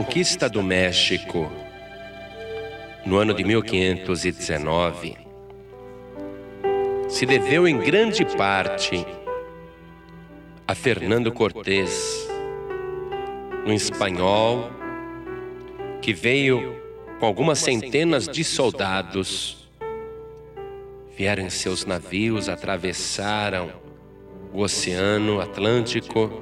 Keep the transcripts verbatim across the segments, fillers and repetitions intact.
conquista do México, no ano de mil quinhentos e dezenove, se deveu em grande parte a Fernando Cortés, um espanhol que veio com algumas centenas de soldados, vieram em seus navios, atravessaram o Oceano Atlântico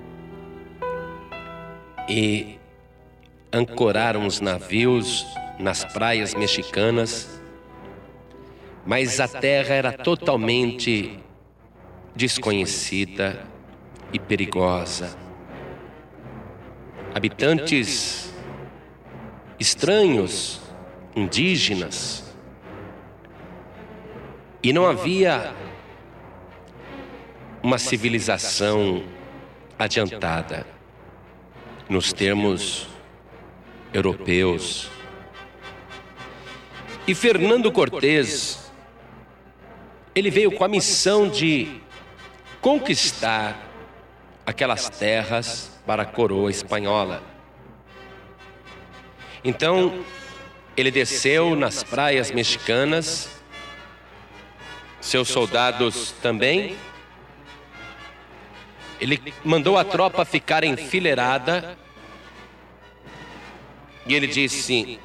e ancoraram os navios nas praias mexicanas, mas a terra era totalmente desconhecida e perigosa. Habitantes estranhos, indígenas, e não havia uma civilização adiantada nos termos europeus. E Fernando Cortés, ele veio com a missão de conquistar aquelas terras para a coroa espanhola. Então, ele desceu nas praias mexicanas, seus soldados também. Ele mandou a tropa ficar enfileirada e ele disse: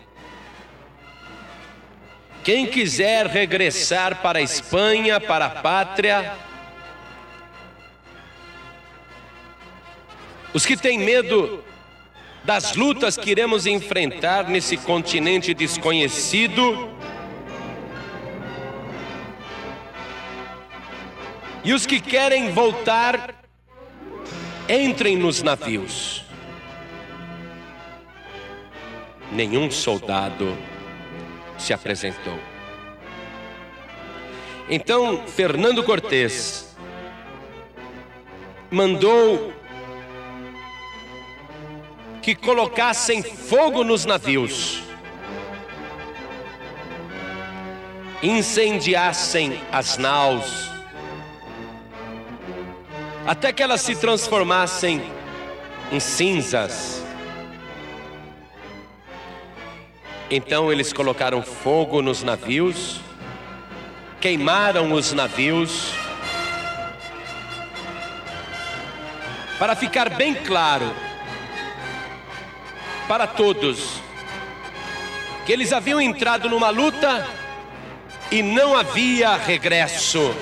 quem quiser regressar para a Espanha, para a pátria, os que têm medo das lutas que iremos enfrentar nesse continente desconhecido, e os que querem voltar, entrem nos navios. Nenhum soldado se apresentou. Então Fernando Cortés mandou que colocassem fogo nos navios, incendiassem as naus, até que elas se transformassem em cinzas. Então eles colocaram fogo nos navios, queimaram os navios, para ficar bem claro para todos que eles haviam entrado numa luta e não havia regresso.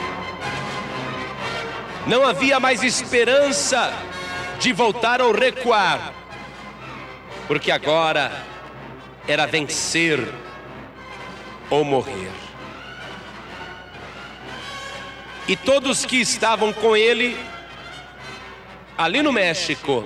Não havia mais esperança de voltar ou recuar, porque agora era vencer ou morrer. E todos que estavam com ele ali no México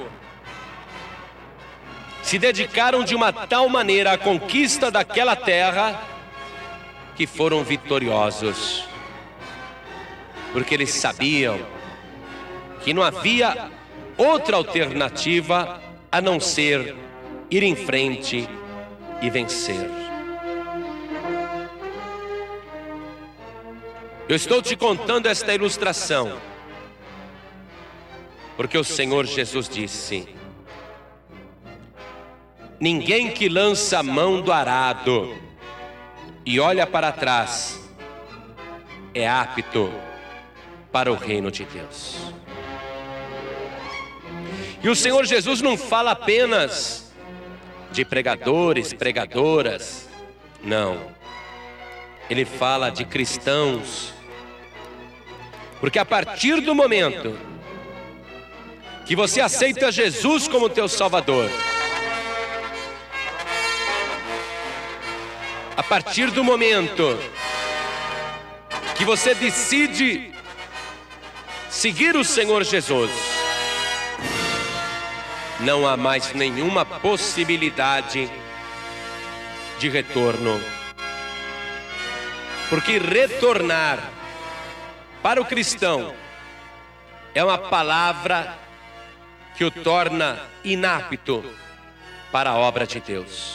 se dedicaram de uma tal maneira à conquista daquela terra que foram vitoriosos, porque eles sabiam que não havia outra alternativa a não ser ir em frente e vencer. Eu estou te contando esta ilustração porque o Senhor Jesus disse: ninguém que lança a mão do arado e olha para trás é apto para o reino de Deus. E o Senhor Jesus não fala apenas de pregadores, pregadoras, não. Ele fala de cristãos, porque a partir do momento que você aceita Jesus como teu Salvador, a partir do momento que você decide seguir o Senhor Jesus, não há mais nenhuma possibilidade de retorno. Porque retornar para o cristão é uma palavra que o torna inapto para a obra de Deus.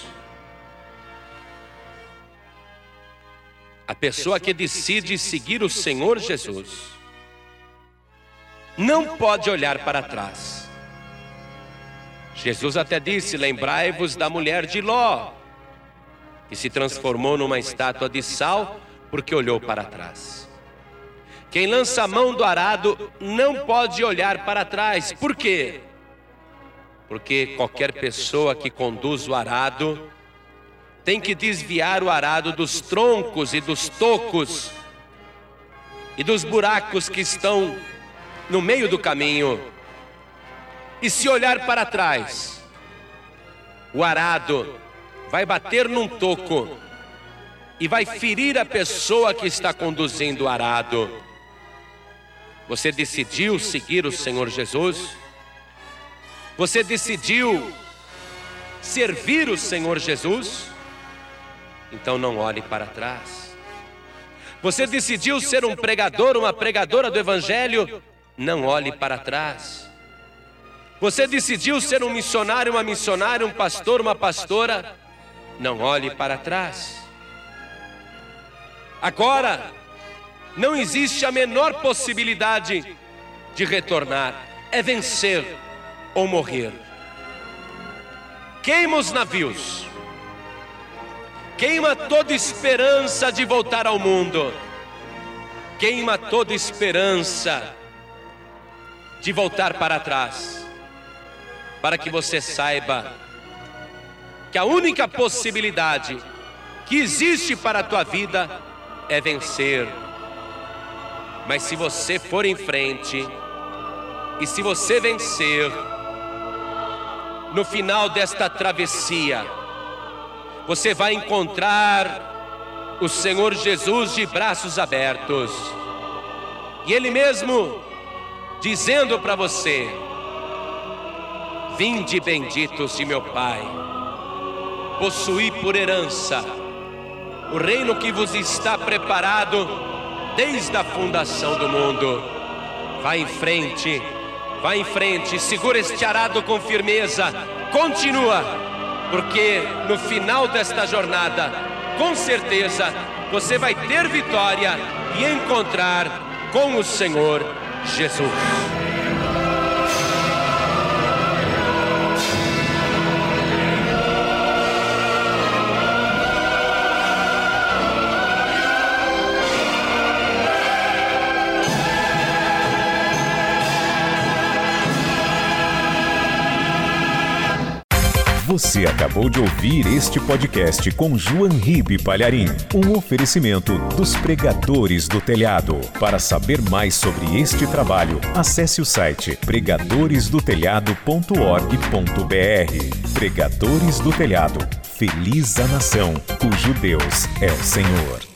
A pessoa que decide seguir o Senhor Jesus não pode olhar para trás. Jesus até disse: lembrai-vos da mulher de Ló, que se transformou numa estátua de sal porque olhou para trás. Quem lança a mão do arado não pode olhar para trás. Por quê? Porque qualquer pessoa que conduz o arado tem que desviar o arado dos troncos e dos tocos e dos buracos que estão no meio do caminho. E se olhar para trás, o arado vai bater num toco e vai ferir a pessoa que está conduzindo o arado. Você decidiu seguir o Senhor Jesus? Você decidiu servir o Senhor Jesus? Então não olhe para trás. Você decidiu ser um pregador, uma pregadora do Evangelho? Não olhe para trás. Você decidiu ser um missionário, uma missionária, um pastor, uma pastora? Não olhe para trás. Agora, não existe a menor possibilidade de retornar. É vencer ou morrer. Queima os navios. Queima toda esperança de voltar ao mundo. Queima toda esperança de voltar para trás. Para que você saiba que a única possibilidade que existe para a tua vida é vencer. Mas se você for em frente, e se você vencer, no final desta travessia, você vai encontrar o Senhor Jesus de braços abertos. E Ele mesmo dizendo para você: vinde benditos de meu Pai, possuí por herança o reino que vos está preparado desde a fundação do mundo. Vai em frente, vai em frente, segura este arado com firmeza, continua, porque no final desta jornada, com certeza, você vai ter vitória e encontrar com o Senhor Jesus. Você acabou de ouvir este podcast com João Ribe Palharim, um oferecimento dos Pregadores do Telhado. Para saber mais sobre este trabalho, acesse o site pregadores do telhado ponto org ponto br. Pregadores do Telhado, feliz a nação cujo Deus é o Senhor.